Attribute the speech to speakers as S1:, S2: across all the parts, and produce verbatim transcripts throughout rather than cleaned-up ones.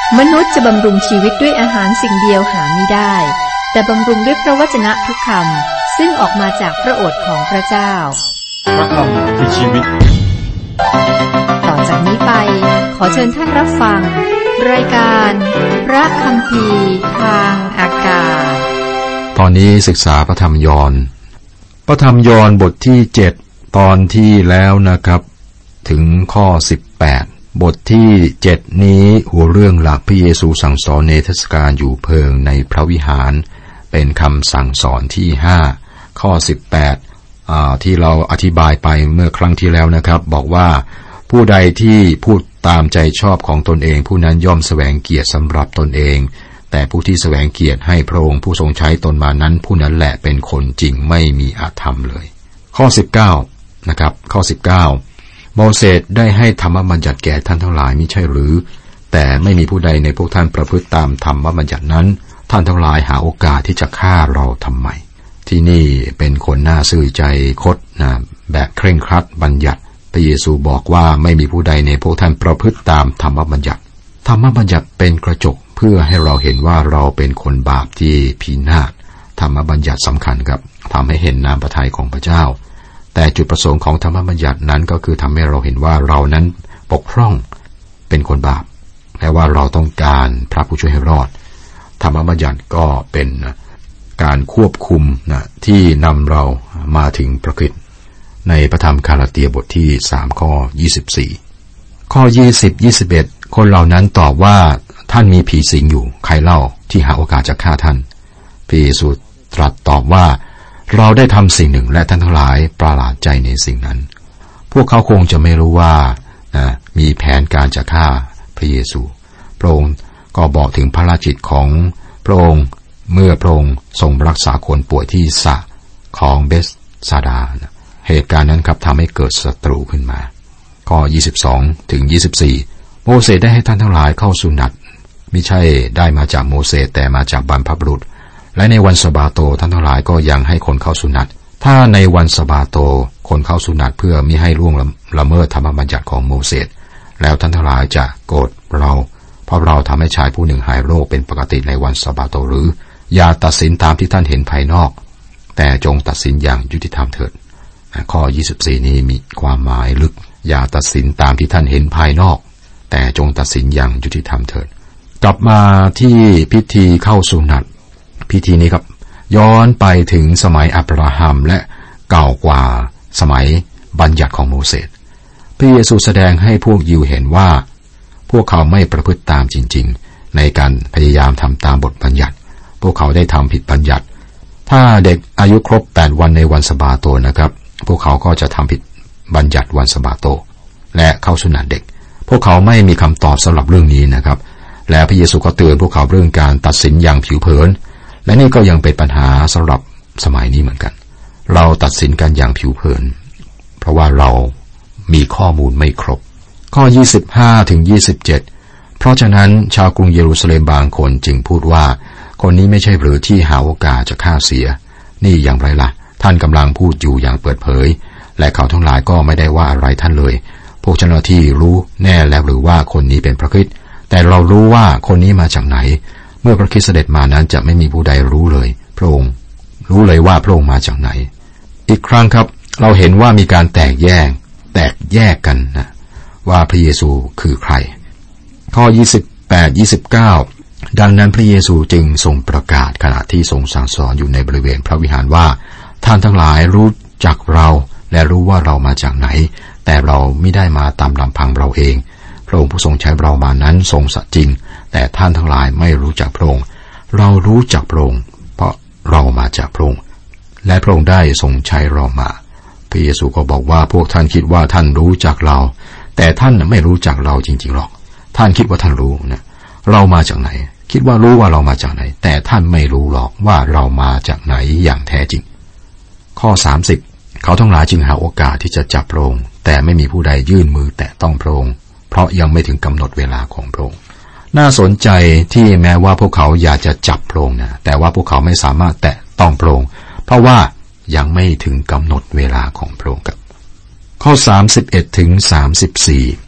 S1: มนุษย์จะบำรุงชีวิตด้วยอาหารสิ่งเดียวหาไม่ได้แต่บำรุงด้วยพระวจนะทุกคำซึ่งออกมาจากพระโอษฐ์ของพระเจ้า
S2: พระคำคือชีวิต
S1: ต่อจากนี้ไปขอเชิญท่านรับฟังรายการพระคัมภีร์ทางอากาศ
S3: ตอนนี้ศึกษาพระธรรมยอห์นพระธรรมยอห์นบทที่เจ็ดตอนที่แล้วนะครับถึงข้อสิบแปดบทที่เจ็ดนี้หัวเรื่องหลักพระเยซูสั่งสอนในเทศกาลอยู่เพิงในพระวิหารเป็นคำสั่งสอนที่ห้าข้อสิบแปดอ่าที่เราอธิบายไปเมื่อครั้งที่แล้วนะครับบอกว่าผู้ใดที่พูดตามใจชอบของตนเองผู้นั้นย่อมแสวงเกียรติสำหรับตนเองแต่ผู้ที่แสวงเกียรติให้พระองค์ผู้ทรงใช้ตนมานั้นผู้นั้นแหละเป็นคนจริงไม่มีอาธรรมเลยข้อสิบเก้านะครับข้อสิบเก้าโมเสสได้ให้ธรรมบัญญัติแก่ท่านทั้งหลายมิใช่หรือแต่ไม่มีผู้ใดในพวกท่านประพฤติตามธรรมบัญญัตินั้นท่านทั้งหลายหาโอกาสที่จะฆ่าเราทำไมที่นี่เป็นคนหน้าซื่อใจคดนะแบบเคร่งครัดบัญญัติพระเยซูบอกว่าไม่มีผู้ใดในพวกท่านประพฤติตามธรรมบัญญัติธรรมบัญญัติเป็นกระจกเพื่อให้เราเห็นว่าเราเป็นคนบาปที่พินาศธรรมบัญญัติสำคัญครับทำให้เห็นน้ำพระทัยของพระเจ้าแต่จุดประสงค์ของธรรมบัญญัตินั้นก็คือทำให้เราเห็นว่าเรานั้นบกพร่องเป็นคนบาปและว่าเราต้องการพระผู้ช่วยให้รอดธรรมบัญญัติก็เป็นการควบคุมนะที่นำเรามาถึงพระคริสต์ในพระธรรมกาลาเตียบทที่สามข้อยี่สิบสี่ข้อยี่สิบ ยี่สิบเอ็ดคนเหล่านั้นตอบว่าท่านมีผีสิงอยู่ใครเล่าที่หาโอกาสจะฆ่าท่านพระเยซูตรัสตอบว่าเราได้ทำสิ่งหนึ่งและท่านทั้งหลายประหลาดใจในสิ่งนั้นพวกเขาคงจะไม่รู้ว่านะมีแผนการจะฆ่าพระเยซูพระองค์ก็บอกถึงพระราชกิจของพระองค์เมื่อพระองค์ทรงรักษาคนป่วยที่สระของเบธซาดานะเหตุการณ์นั้นครับทำให้เกิดศัตรูขึ้นมาข้อยี่สิบสองถึงยี่สิบสี่โมเสสได้ให้ท่านทั้งหลายเข้าสุนัตมิใช่ได้มาจากโมเสสแต่มาจากบรรพบุรุษและในวันสะบาโตท่านทั้งหลายก็ยังให้คนเข้าสุนัตถ้าในวันสะบาโตคนเข้าสุนัตเพื่อมิให้ล่วงละเมิดธรรมบัญญัติของโมเสสแล้วท่านทั้งหลายจะโกรธเราเพราะเราทำให้ชายผู้หนึ่งหายโรคเป็นปกติในวันสะบาโตหรืออย่าตัดสินตามที่ท่านเห็นภายนอกแต่จงตัดสินอย่างยุติธรรมเถิดข้อยี่สิบสี่นี้มีความหมายลึกอย่าตัดสินตามที่ท่านเห็นภายนอกแต่จงตัดสินอย่างยุติธรรมเถิดกลับมาที่พิธีเข้าสุนัตพิธีนี้ครับย้อนไปถึงสมัยอับราฮัมและเก่ากว่าสมัยบัญญัติของโมเสสพระเยซูแสดงให้พวกยิวเห็นว่าพวกเขาไม่ประพฤติตามจริงๆในการพยายามทำตามบทบัญญัติพวกเขาได้ทำผิดบัญญัติถ้าเด็กอายุครบแปดวันในวันสะบาโตนะครับพวกเขาก็จะทำผิดบัญญัติวันสะบาโตและเข้าสุนัตเด็กพวกเขาไม่มีคำตอบสำหรับเรื่องนี้นะครับและพระเยซูก็เตือนพวกเขาเรื่องการตัดสินอย่างผิวเผินและนี่ก็ยังเป็นปัญหาสำหรับสมัยนี้เหมือนกันเราตัดสินกันอย่างผิวเผินเพราะว่าเรามีข้อมูลไม่ครบข้อยี่สิบห้าถึงยี่สิบเจ็ดเพราะฉะนั้นชาวกรุงเยรูซาเล็มบางคนจึงพูดว่าคนนี้ไม่ใช่หรือที่หาโอกาสจะฆ่าเสียนี่อย่างไรล่ะท่านกำลังพูดอยู่อย่างเปิดเผยและเขาทั้งหลายก็ไม่ได้ว่าอะไรท่านเลยพวกเจ้าหน้าที่รู้แน่แล้วหรือว่าคนนี้เป็นพระคริสต์แต่เรารู้ว่าคนนี้มาจากไหนเมื่อพระคริสต์เสด็จมานั้นจะไม่มีผู้ใดรู้เลยพระองค์รู้เลยว่าพระองค์มาจากไหนอีกครั้งครับเราเห็นว่ามีการแตกแยกแตกแยกกันนะว่าพระเยซูคือใครข้อยี่สิบแปด ยี่สิบเก้าดังนั้นพระเยซูจึงทรงประกาศขณะที่ทรงสั่งสอนอยู่ในบริเวณพระวิหารว่าท่านทั้งหลายรู้จักเราและรู้ว่าเรามาจากไหนแต่เราไม่ได้มาตามลำพังเราเองพระองค์ผู้ทรงใช้เรามานั้นทรงสัตย์จริงแต่ท่านทั้งหลายไม่รู้จักพระองค์เรารู้จักพระองค์เพราะเรามาจากพระองค์และพระองค์ได้ทรงใช้เรามาพระเยซูก็บอกว่าพวกท่านคิดว่าท่านรู้จักเราแต่ท่านไม่รู้จักเราจริงๆหรอกท่านคิดว่าท่านรู้นะเรามาจากไหนคิดว่ารู้ว่าเรามาจากไหนแต่ท่านไม่รู้หรอกว่าเรามาจากไหนอย่างแท้จริงข้อสามสิบเขาทั้งหลายจึงหาโอกาสที่จะจับพระองค์แต่ไม่มีผู้ใดยื่นมือแตะต้องพระองค์เพราะยังไม่ถึงกำหนดเวลาของพระองค์น่าสนใจที่แม้ว่าพวกเขาอยากจะจับพระองค์นะแต่ว่าพวกเขาไม่สามารถแตะต้องพระองค์เพราะว่ายังไม่ถึงกำหนดเวลาของพระองค์ครับข้อสามสิบเอ็ดถึงสามสิบสี่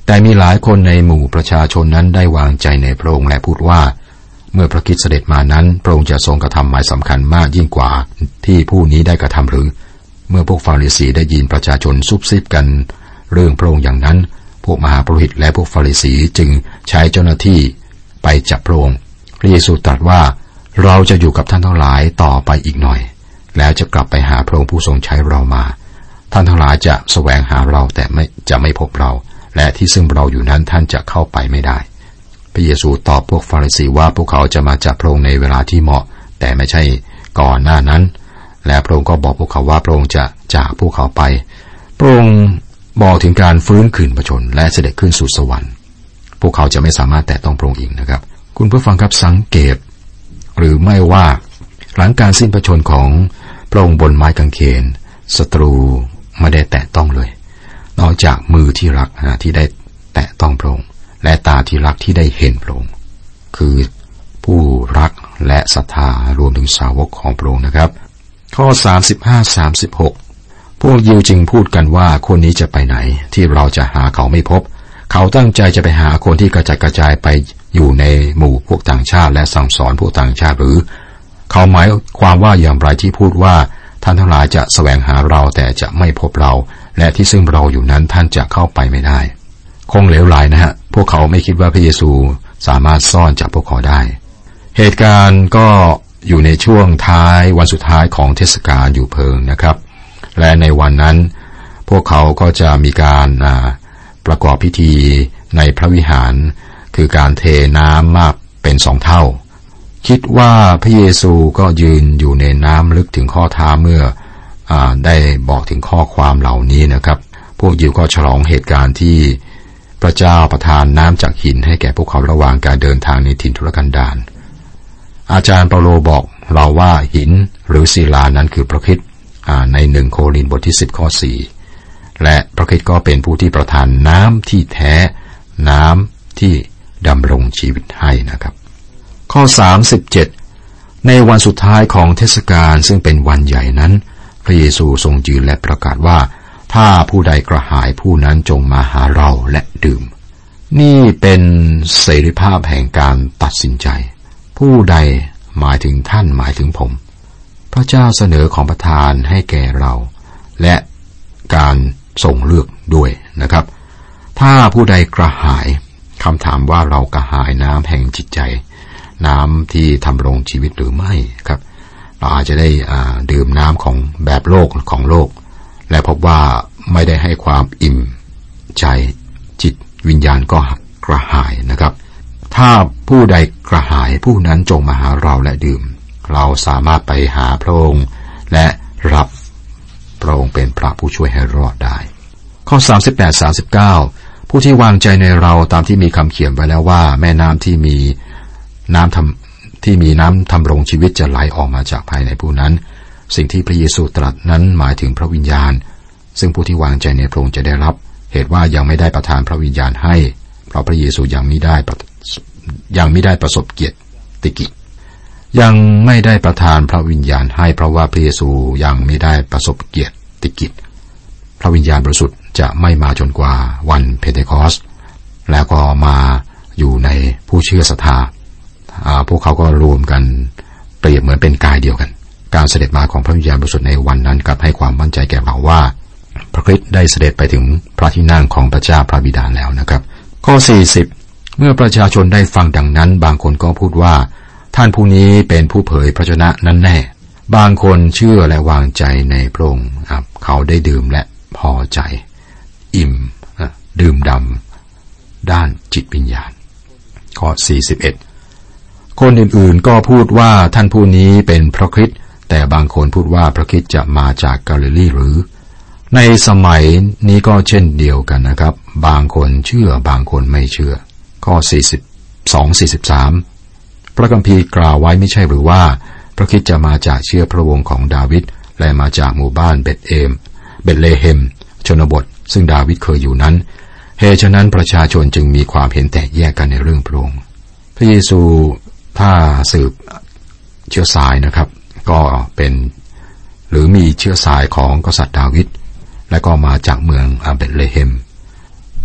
S3: แต่มีหลายคนในหมู่ประชาชนนั้นได้วางใจในพระองค์และพูดว่าเมื่อพระคริสต์เสด็จมานั้นพระองค์จะทรงกระทำหมายสำคัญมากยิ่งกว่าที่ผู้นี้ได้กระทำหรือเมื่อพวกฟาริสีได้ยินประชาชนซุบซิบกันเรื่องพระองค์อย่างนั้นพวกมหาปุโรหิตและพวกฟาริสีจึงใช้เจ้าหน้าที่ไปจับพระองค์พระเยซูตรัสว่าเราจะอยู่กับท่านทั้งหลายต่อไปอีกหน่อยแล้วจะกลับไปหาพระองค์ผู้ทรงใช้เรามาท่านทั้งหลายจะแสวงหาเราแต่ไม่จะไม่พบเราและที่ซึ่งเราอยู่นั้นท่านจะเข้าไปไม่ได้พระเยซูตอบพวกฟาริสีว่าพวกเขาจะมาจับพระองค์ในเวลาที่เหมาะแต่ไม่ใช่ก่อนหน้านั้นและพระองค์ก็บอกพวกเขาว่าพระองค์จะจากพวกเขาไปพระองค์บอกถึงการฟื้นคืนพระชนและเสด็จขึ้นสู่สวรรค์พวกเขาจะไม่สามารถแตะต้องพระองค์อีกนะครับคุณผู้ฟังครับสังเกตหรือไม่ว่าหลังการสิ้นพระชนของพระองค์บนไม้กางเขนศัตรูไม่ได้แตะต้องเลยนอกจากมือที่รักนะที่ได้แตะต้องพระองค์และตาที่รักที่ได้เห็นพระองค์คือผู้รักและศรัทธารวมถึงสาวกของพระองค์นะครับข้อสามสิบห้า สามสิบหกพวกยิวจึงพูดกันว่าคนนี้จะไปไหนที่เราจะหาเขาไม่พบเขาตั้งใจจะไปหาคนที่กระจัดกระจายไปอยู่ในหมู่พวกต่างชาติและสั่งสอนพวกต่างชาติหรือเขาหมายความว่าอย่างไรที่พูดว่าท่านทั้งหลายจะแสวงหาเราแต่จะไม่พบเราและที่ซึ่งเราอยู่นั้นท่านจะเข้าไปไม่ได้คงเหลวไหลนะฮะพวกเขาไม่คิดว่าพระเยซูสามารถซ่อนจากพวกเขาได้เหตุการณ์ก็อยู่ในช่วงท้ายวันสุดท้ายของเทศกาลอยู่เพลิงนะครับและในวันนั้นพวกเขาก็จะมีการประกอบพิธีในพระวิหารคือการเทน้ำมากเป็นสองเท่าคิดว่าพระเยซูก็ยืนอยู่ในน้ำลึกถึงข้อเท้าเมื่ออได้บอกถึงข้อความเหล่านี้นะครับพวกยิวก็ฉลองเหตุการณ์ที่พระเจ้าประทานน้ำจากหินให้แก่พวกเขาระหว่างการเดินทางในถิ่นทุรกันดารอาจารย์เปาโลบอกเราว่าหินหรือศิลานั้นคือพระคริสต์ในหนึ่งโครินธ์บทที่สิบข้อสี่และพระคริสต์ก็เป็นผู้ที่ประทานน้ำที่แท้น้ำที่ดำรงชีวิตให้นะครับข้อสามสิบเจ็ดในวันสุดท้ายของเทศกาลซึ่งเป็นวันใหญ่นั้นพระเยซูทรงยืนและประกาศว่าถ้าผู้ใดกระหายผู้นั้นจงมาหาเราและดื่มนี่เป็นเสรีภาพแห่งการตัดสินใจผู้ใดหมายถึงท่านหมายถึงผมพระเจ้าเสนอของประทานให้แก่เราและการทรงเลือกด้วยนะครับถ้าผู้ใดกระหายคำถามว่าเรากระหายน้ำแห่งจิตใจน้ำที่ทำรงชีวิตหรือไม่ครับเราอาจจะได้ดื่มน้ำของแบบโลกของโลกและพบว่าไม่ได้ให้ความอิ่มใจจิตวิญญาณก็กระหายนะครับถ้าผู้ใดกระหายผู้นั้นจงมาหาเราและดื่มเราสามารถไปหาพระองค์และรับพระองค์เป็นพระผู้ช่วยให้รอดได้ข้อสามสิบแปด สามสิบเก้าผู้ที่วางใจในเราตามที่มีคำเขียนไว้แล้วว่าแม่น้ำที่มีน้ำทำที่มีน้ำทำรงชีวิตจะไหลออกมาจากภายในผู้นั้นสิ่งที่พระเยซูตรัสนั้นหมายถึงพระวิญญาณซึ่งผู้ที่วางใจในพระองค์จะได้รับเหตุว่ายังไม่ได้ประทานพระวิญญาณให้เพราะพระเยซูยังไม่ได้ยังไม่ได้ประสบเกียรติกิจยังไม่ได้ประทานพระวิญญาณให้เพราะว่าพระเยซูยังไม่ได้ประสบเกียรติกิจพระวิญญาณบริสุทธิ์จะไม่มาจนกว่าวันเพนเทคอสต์แล้วก็มาอยู่ในผู้เชื่อศรัทธาพวกเขาก็รวมกันเปรียบเหมือนเป็นกายเดียวกันการเสด็จมาของพระวิญญาณบริสุทธิ์ในวันนั้นกลับให้ความมั่นใจแก่เราว่าพระคริสต์ได้เสด็จไปถึงพระที่นั่งของพระเจ้าพระบิดาแล้วนะครับข้อสี่สิบเมื่อประชาชนได้ฟังดังนั้นบางคนก็พูดว่าท่านผู้นี้เป็นผู้เผยพระชนะนั้นแน่บางคนเชื่อและวางใจในพระองค์เขาได้ดื่มและพอใจอิ่มดื่มดำด้านจิตวิญญาณข้อสี่สิบเอ็ดคนอื่นๆก็พูดว่าท่านผู้นี้เป็นพระคริสต์แต่บางคนพูดว่าพระคริสต์จะมาจากกาลิลีหรือในสมัยนี้ก็เช่นเดียวกันนะครับบางคนเชื่อบางคนไม่เชื่อข้อสี่สิบสอง สี่สิบสามพระคัมภีร์กล่าวไว้ไม่ใช่หรือว่าพระคริสต์จะมาจากเชื้อพระวงศ์ของดาวิดและมาจากหมู่บ้านเบธเอมเบธเลเฮมชนบทซึ่งดาวิดเคยอยู่นั้นเหตุฉะนั้นประชาชนจึงมีความเห็นแตกแยกกันในเรื่องพระองค์พระเยซูถ้าสืบเชื้อสายนะครับก็เป็นหรือมีเชื้อสายของกษัตริย์ดาวิดและก็มาจากเมืองเบธเลเฮมพ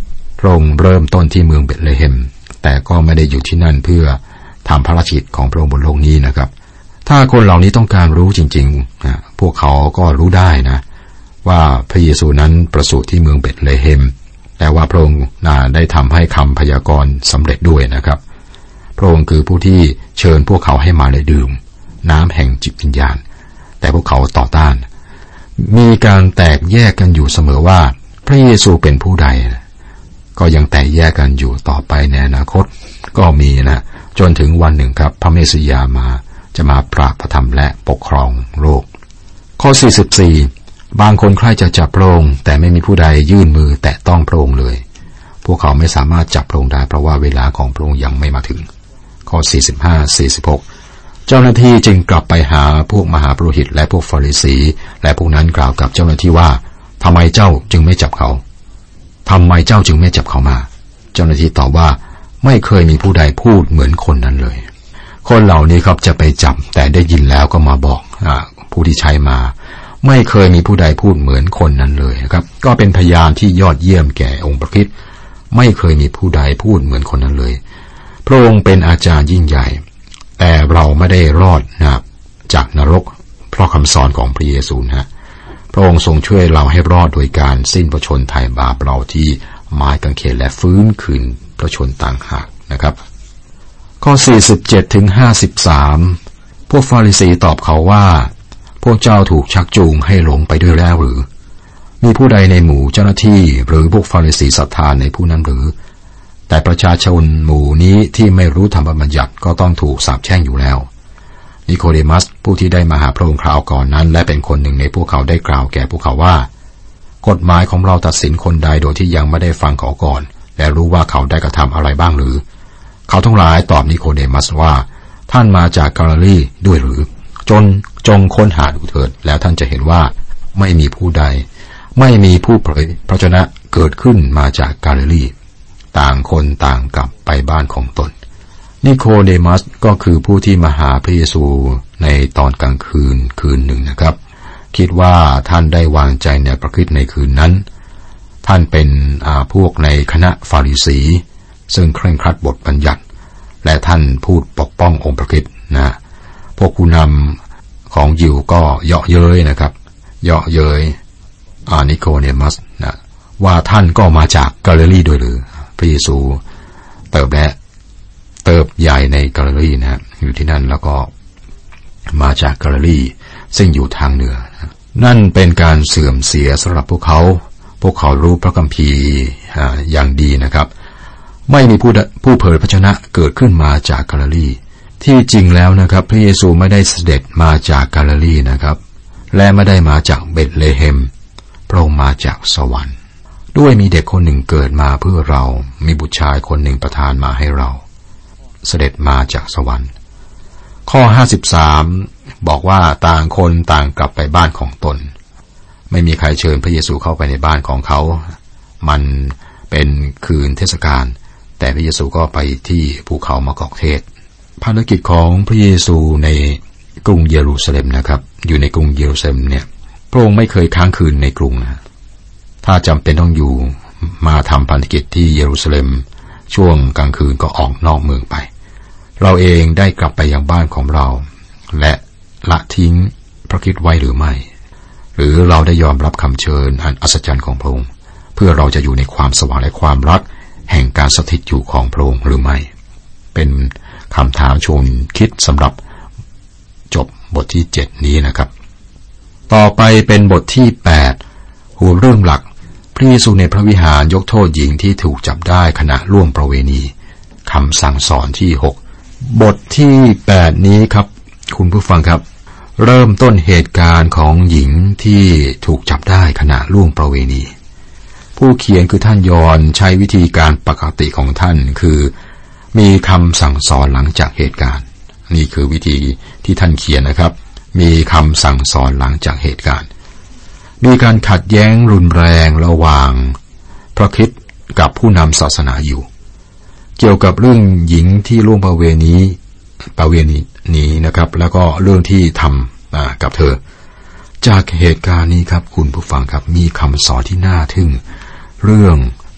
S3: พระองค์เริ่มต้นที่เมืองเบธเลเฮมแต่ก็ไม่ได้อยู่ที่นั่นเพื่อทำพระราชกิจของพระองค์บนโลกนี้นะครับถ้าคนเหล่านี้ต้องการรู้จริงๆนะพวกเขาก็รู้ได้นะว่าพระเยซูนั้นประสูติที่เมืองเบธเลเฮมแต่ว่าพระองค์ได้ทำให้คำพยากรณ์สำเร็จด้วยนะครับพระองค์คือผู้ที่เชิญพวกเขาให้มาได้ดื่มน้ำแห่งจิตวิญญาณแต่พวกเขาต่อต้านมีการแตกแยกกันอยู่เสมอว่าพระเยซูเป็นผู้ใดก็ยังแตกแยกกันอยู่ต่อไปในอนาคตก็มีนะจนถึงวันหนึ่งครับพระเมสสิยามาจะมาปราบพระธรรมและปกครองโลกข้อสี่สิบสี่บางคนใคร่จะจับพระองค์แต่ไม่มีผู้ใดยื่นมือแตะต้องพระองค์เลยพวกเขาไม่สามารถจับพระองค์ได้เพราะว่าเวลาของพระองค์ยังไม่มาถึงข้อสี่สิบห้า สี่สิบหกเจ้าหน้าที่จึงกลับไปหาพวกมหาปุโรหิตและพวกฟาริสีและพวกนั้นกล่าวกับเจ้าหน้าที่ว่าทำไมเจ้าจึงไม่จับเขาทำไมเจ้าจึงไม่จับเขามาเจ้าหน้าที่ตอบว่าไม่เคยมีผู้ใดพูดเหมือนคนนั้นเลยคนเหล่านี้ครับจะไปจับแต่ได้ยินแล้วก็มาบอกอ่าผู้ที่ใช้มาไม่เคยมีผู้ใดพูดเหมือนคนนั้นเลยนะครับก็เป็นพยานที่ยอดเยี่ยมแก่องค์พระคริสต์ไม่เคยมีผู้ใดพูดเหมือนคนนั้นเลยพระองค์เป็นอาจารย์ยิ่งใหญ่แต่เราไม่ได้รอดนะจากนรกเพราะคำสอนของพระเยซูนะพระองค์ทรงช่วยเราให้รอดโดยการสิ้นพระชนม์ไถ่บาปเราที่ไม้กางเขนและฟื้นคืนพระชนม์ต่างหากนะครับข้อสี่สิบเจ็ดถึงห้าสิบสามพวกฟาริสีตอบเขาว่าพวกเจ้าถูกชักจูงให้หลงไปด้วยแล้วหรือมีผู้ใดในหมู่เจ้าหน้าที่หรือพวกฟาริสีศรัทธาในผู้นั้นหรือแต่ประชาชนหมู่นี้ที่ไม่รู้ธรรมบัญญัติก็ต้องถูกสาปแช่งอยู่แล้วนิโคเดมัสผู้ที่ได้มาหาพระองค์คราวก่อนนั้นและเป็นคนหนึ่งในพวกเขาได้กล่าวแก่พวกเขาว่ากฎหมายของเราตัดสินคนใดโดยที่ยังไม่ได้ฟังเขาก่อนและรู้ว่าเขาได้กระทำอะไรบ้างหรือเขาทั้งหลายตอบนิโคเดมัสว่าท่านมาจากกาลิลีด้วยหรือจนจงค้นหาดูเถิดแล้วท่านจะเห็นว่าไม่มีผู้ใดไม่มีผู้เผยพระชนะเกิดขึ้นมาจากกาลิลีต่างคนต่างกลับไปบ้านของตนนิโคเดมัสก็คือผู้ที่มาหาพระเยซูในตอนกลางคืนคืนหนึ่งนะครับคิดว่าท่านได้วางใจในพระคริสต์ในคืนนั้นท่านเป็นพวกในคณะฟาริสีซึ่งเคร่งครัดบทบัญญัติและท่านพูดปกป้ององค์พระคริสต์นะพวกผู้นำของยิวก็เยาะเย้ยนะครับเยาะเย้ยอานิโคเดมัสนะว่าท่านก็มาจากกาลิลีด้วยหรือพระเยซูเติบและเติบใหญ่ในกาลิลีนะอยู่ที่นั่นแล้วก็มาจากกาลิลีซึ่งอยู่ทางเหนือนั่นเป็นการเสื่อมเสียสำหรับพวกเขาพวกเขารู้พระคัมภีร์อย่างดีนะครับไม่มีผู้ผู้เผยพระชนะเกิดขึ้นมาจากกาลิลีที่จริงแล้วนะครับพระเยซูไม่ได้เสด็จมาจากกาลิลีนะครับและไม่ได้มาจากเบธเลเฮมพระองค์มาจากสวรรค์ด้วยมีเด็กคนหนึ่งเกิดมาเพื่อเรามีบุตรชายคนหนึ่งประทานมาให้เราเสด็จมาจากสวรรค์ข้อห้าสิบสามบอกว่าต่างคนต่างกลับไปบ้านของตนไม่มีใครเชิญพระเยซูเข้าไปในบ้านของเขามันเป็นคืนเทศกาลแต่พระเยซูก็ไปที่ภูเขามะกอกเทศภารกิจของพระเยซูในกรุงเยรูซาเล็มนะครับอยู่ในกรุงเยรูซาเล็มเนี่ยพระองค์ไม่เคยค้างคืนในกรุงนะถ้าจำเป็นต้องอยู่มาทำภารกิจที่เยรูซาเล็มช่วงกลางคืนก็ออกนอกเมืองไปเราเองได้กลับไปยังบ้านของเราและละทิ้งพระคริสต์ไว้หรือไม่หรือเราได้ยอมรับคำเชิญอันอัศจรรย์ของพระองค์เพื่อเราจะอยู่ในความสว่างและความรักแห่งการสถิตอยู่ของพระองค์หรือไม่เป็นคำถามชวนคิดสำหรับจบบทที่เจ็ดนี้นะครับต่อไปเป็นบทที่แปดหัวเรื่องหลักพระเยซูในพระวิหารยกโทษหญิงที่ถูกจับได้ขณะร่วมประเวณีคำสั่งสอนที่หกบทที่แปดนี้ครับคุณผู้ฟังครับเริ่มต้นเหตุการณ์ของหญิงที่ถูกจับได้ขณะร่วมประเวณีผู้เขียนคือท่านยอห์นใช้วิธีการปกติของท่านคือมีคำสั่งสอนหลังจากเหตุการณ์นี่คือวิธีที่ท่านเขียนนะครับมีคำสั่งสอนหลังจากเหตุการณ์มีการขัดแย้งรุนแรงระหว่างพระคริสต์กับผู้นำศาสนาอยู่เกี่ยวกับเรื่องหญิงที่ร่วมประเวณีประเวณีนี้นะครับแล้วก็เรื่องที่ทำกับเธอจากเหตุการณ์นี้ครับคุณผู้ฟังครับมีคำสอนที่น่าทึ่งเรื่อง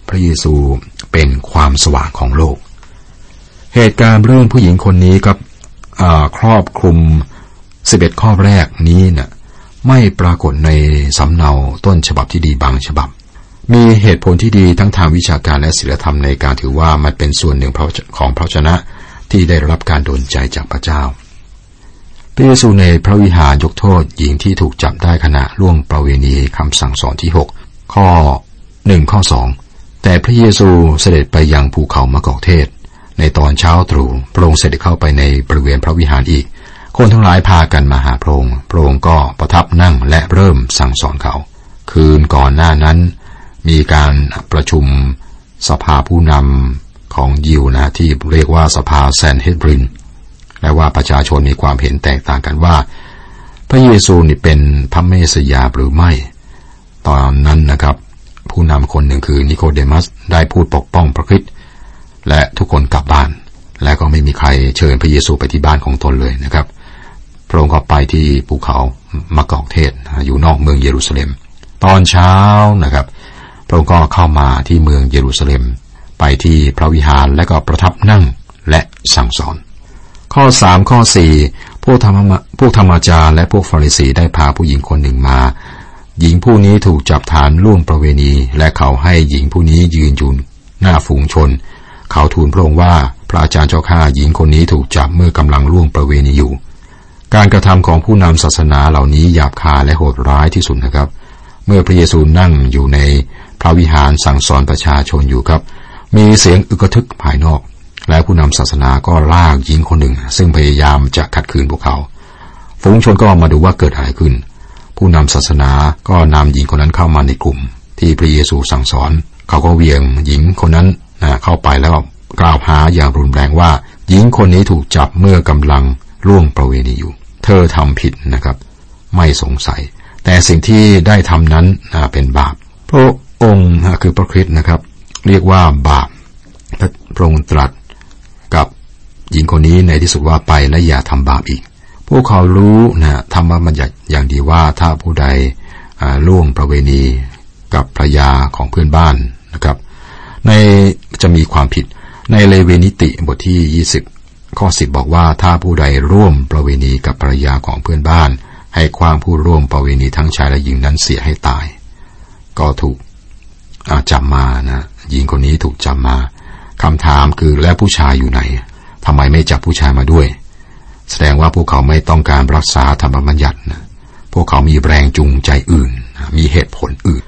S3: พระเยซูเป็นความสว่างของโลกเหตุการณ์เรื่องผู้หญิงคนนี้ก็ครอบคลุมสิบเอ็ดข้อแรกนี้นะไม่ปรากฏในสำเนาต้นฉบับที่ดีบางฉบับมีเหตุผลที่ดีทั้งทางวิชาการและศีลธรรมในการถือว่ามันเป็นส่วนหนึ่งของพระวจนะที่ได้รับการดลใจจากพระเจ้าพระเยซูในพระวิหารยกโทษหญิงที่ถูกจับได้ขณะล่วงประเวณีคำสั่งสอนที่หกข้อหนึ่งข้อสองแต่พระเยซูเสด็จไปยังภูเขามะกอกเทศในตอนเช้าตรู่พระองค์เสด็จเข้าไปในบริเวณพระวิหารอีกคนทั้งหลายพากันมาหาพระองค์พระองค์ก็ประทับนั่งและเริ่มสั่งสอนเขาคืนก่อนหน้านั้นมีการประชุมสภาผู้นำของยิวนะที่เรียกว่าสภาแซนเฮดรินและว่าประชาชนมีความเห็นแตกต่างกันว่าพระเยซูนี่เป็นพระเมสยาหรือไม่ตอนนั้นนะครับผู้นำคนหนึ่งคือนิโคเดมัสได้พูดปกป้องพระคริสต์และทุกคนกลับบ้านและก็ไม่มีใครเชิญพระเยซูไปที่บ้านของตนเลยนะครับพระองค์ก็ไปที่ภูเขามะกอกเทศอยู่นอกเมืองเยรูซาเล็มตอนเช้านะครับพระองค์ก็เข้ามาที่เมืองเยรูซาเล็มไปที่พระวิหารและก็ประทับนั่งและสั่งสอนข้อสามข้อสี่พวกธรรมพวกธรรมจารย์และพวกฟาริสีได้พาผู้หญิงคนหนึ่งมาหญิงผู้นี้ถูกจับฐานล่วงประเวณีและเขาให้หญิงผู้นี้ยืนอยู่หน้าฝูงชนเขาทูลพระองค์ว่าพระอาจารย์เจ้าข้าหญิงคนนี้ถูกจับเมื่อกำลังล่วงประเวณีอยู่การกระทำของผู้นำศาสนาเหล่านี้หยาบคายและโหดร้ายที่สุดนะครับเมื่อพระเยซูนั่งอยู่ในพระวิหารสั่งสอนประชาชนอยู่ครับมีเสียงอึกทึกภายนอกและผู้นำศาสนาก็ลากหญิงคนหนึ่งซึ่งพยายามจะขัดขืนพวกเขาฝูงชนก็มาดูว่าเกิดอะไรขึ้นผู้นำศาสนาก็นำหญิงคนนั้นเข้ามาในกลุ่มที่พระเยซูสั่งสอนเขาก็เวียงหญิงคนนั้นนะเข้าไปแล้วกล่าวหาอย่างรุนแรงว่าหญิงคนนี้ถูกจับเมื่อกำลังล่วงประเวณีอยู่เธอทำผิดนะครับไม่สงสัยแต่สิ่งที่ได้ทำนั้นเป็นบาปพระองค์คือพระคริสต์นะครับเรียกว่าบาปพระองค์ตรัสกับหญิงคนนี้ในที่สุดว่าไปและอย่าทำบาปอีกพวกเขารู้นะธรรมบัญญัติอย่างดีว่าถ้าผู้ใดล่วงประเวณีกับภรรยาของเพื่อนบ้านนะครับในจะมีความผิดในเลวีนิติบทที่ยี่สิบข้อสิบบอกว่าถ้าผู้ใดร่วมประเวณีกับภรรยาของเพื่อนบ้านให้ขว้างผู้ร่วมประเวณีทั้งชายและหญิงนั้นเสียให้ตายก็ถูกจับมานะหญิงคนนี้ถูกจับมาคำถามคือแล้วผู้ชายอยู่ไหนทำไมไม่จับผู้ชายมาด้วยแสดงว่าพวกเขาไม่ต้องการรักษาธรรมบัญญัตินะพวกเขามีแรงจูงใจอื่นมีเหตุผลอื่น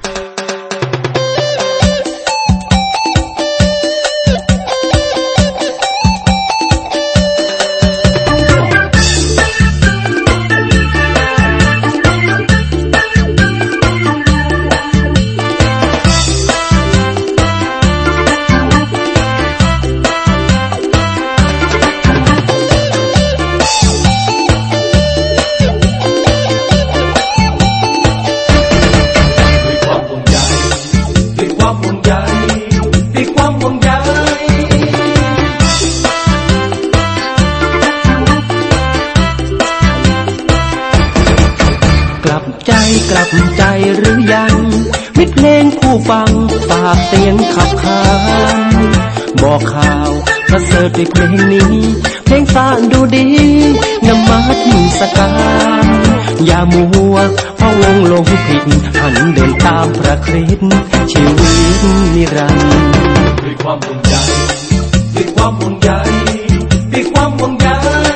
S4: กลับใจหรือยังมิตรเพลงคู่ฟังฝากเสียงขับขานบอกข่าวประเสริฐด้วยเพลงนี้เพลงสานดูดีนมัสการอย่ามัวพะวงหลงผิดหันเดินตามพระคริสต์ชีวิตนิรันดร์ด้วยความห่วงใยด้วยความห่วงใยด้วยความห่วงใย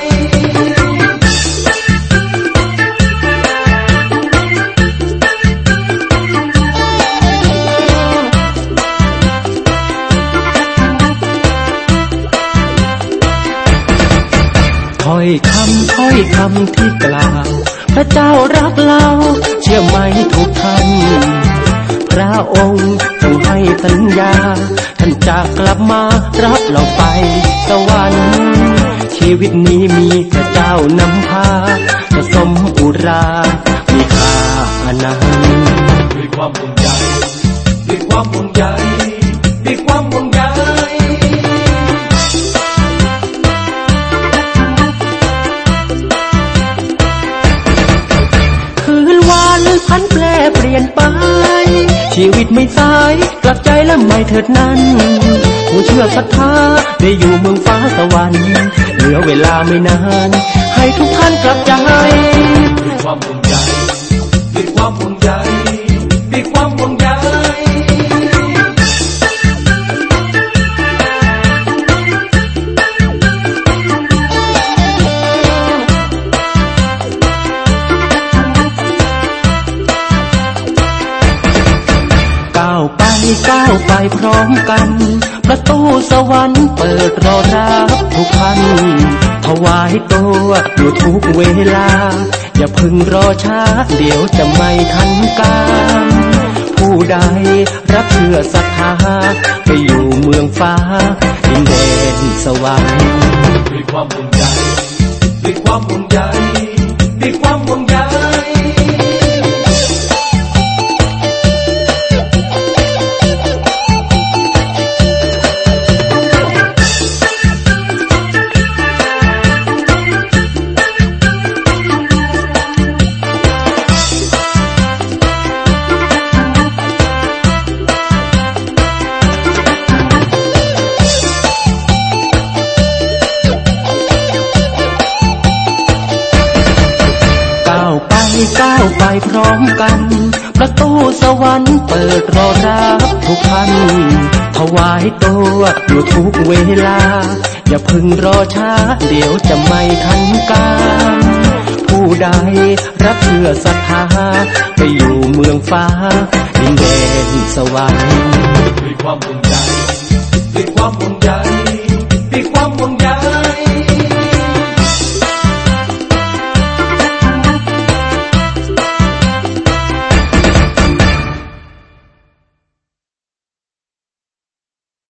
S4: ถ้อยคำถ้อยคำที่กล่าวพระเจ้ารักเราเชื่อไหมทุกท่านพระองค์ทรงให้สัญญาท่านจะกลับมารับเราไปสวรรค์ชีวิตนี้มีพระเจ้านำพาผสมอุรามีค่าอนันต์ด้วยความห่วงใยด้วยความห่วงใยด้วยความห่วงใยพันแปรเปลี่ยนไปชีวิตไม่สายกลับใจและไม่เถิดนั้นผู้เชื่อศรัทธาได้อยู่เมืองฟ้าสวรรค์เหลือเวลาไม่นานให้ทุกท่านกลับใจด้วยความห่วงใยด้วยความห่วงใยด้วยความห่วงใยก้าวไปก้าวไปพร้อมกันประตูสวรรค์เปิดรอรับทุกท่านถวายตัวอยู่ทุกเวลาอย่าพึงรอช้าเดี๋ยวจะไม่ทันการผู้ใดรับเชื่อศรัทธาไปอยู่เมืองฟ้าดินแดนสวรรค์ด้วยความห่วงใยด้วยความห่วงใยด้วยความห่วงใยก้าวไปพร้อมกันประตูสวรรค์เปิดรอรับทุกท่านถวายตัวอยู่ทุกเวลาอย่าพึงรอช้าเดี๋ยวจะไม่ทันการผู้ใดรับเชื่อศรัทธาไปอยู่เมืองฟ้าดินแดนสวรรค์ด้วยความห่วงใยด้วยความห่วงใย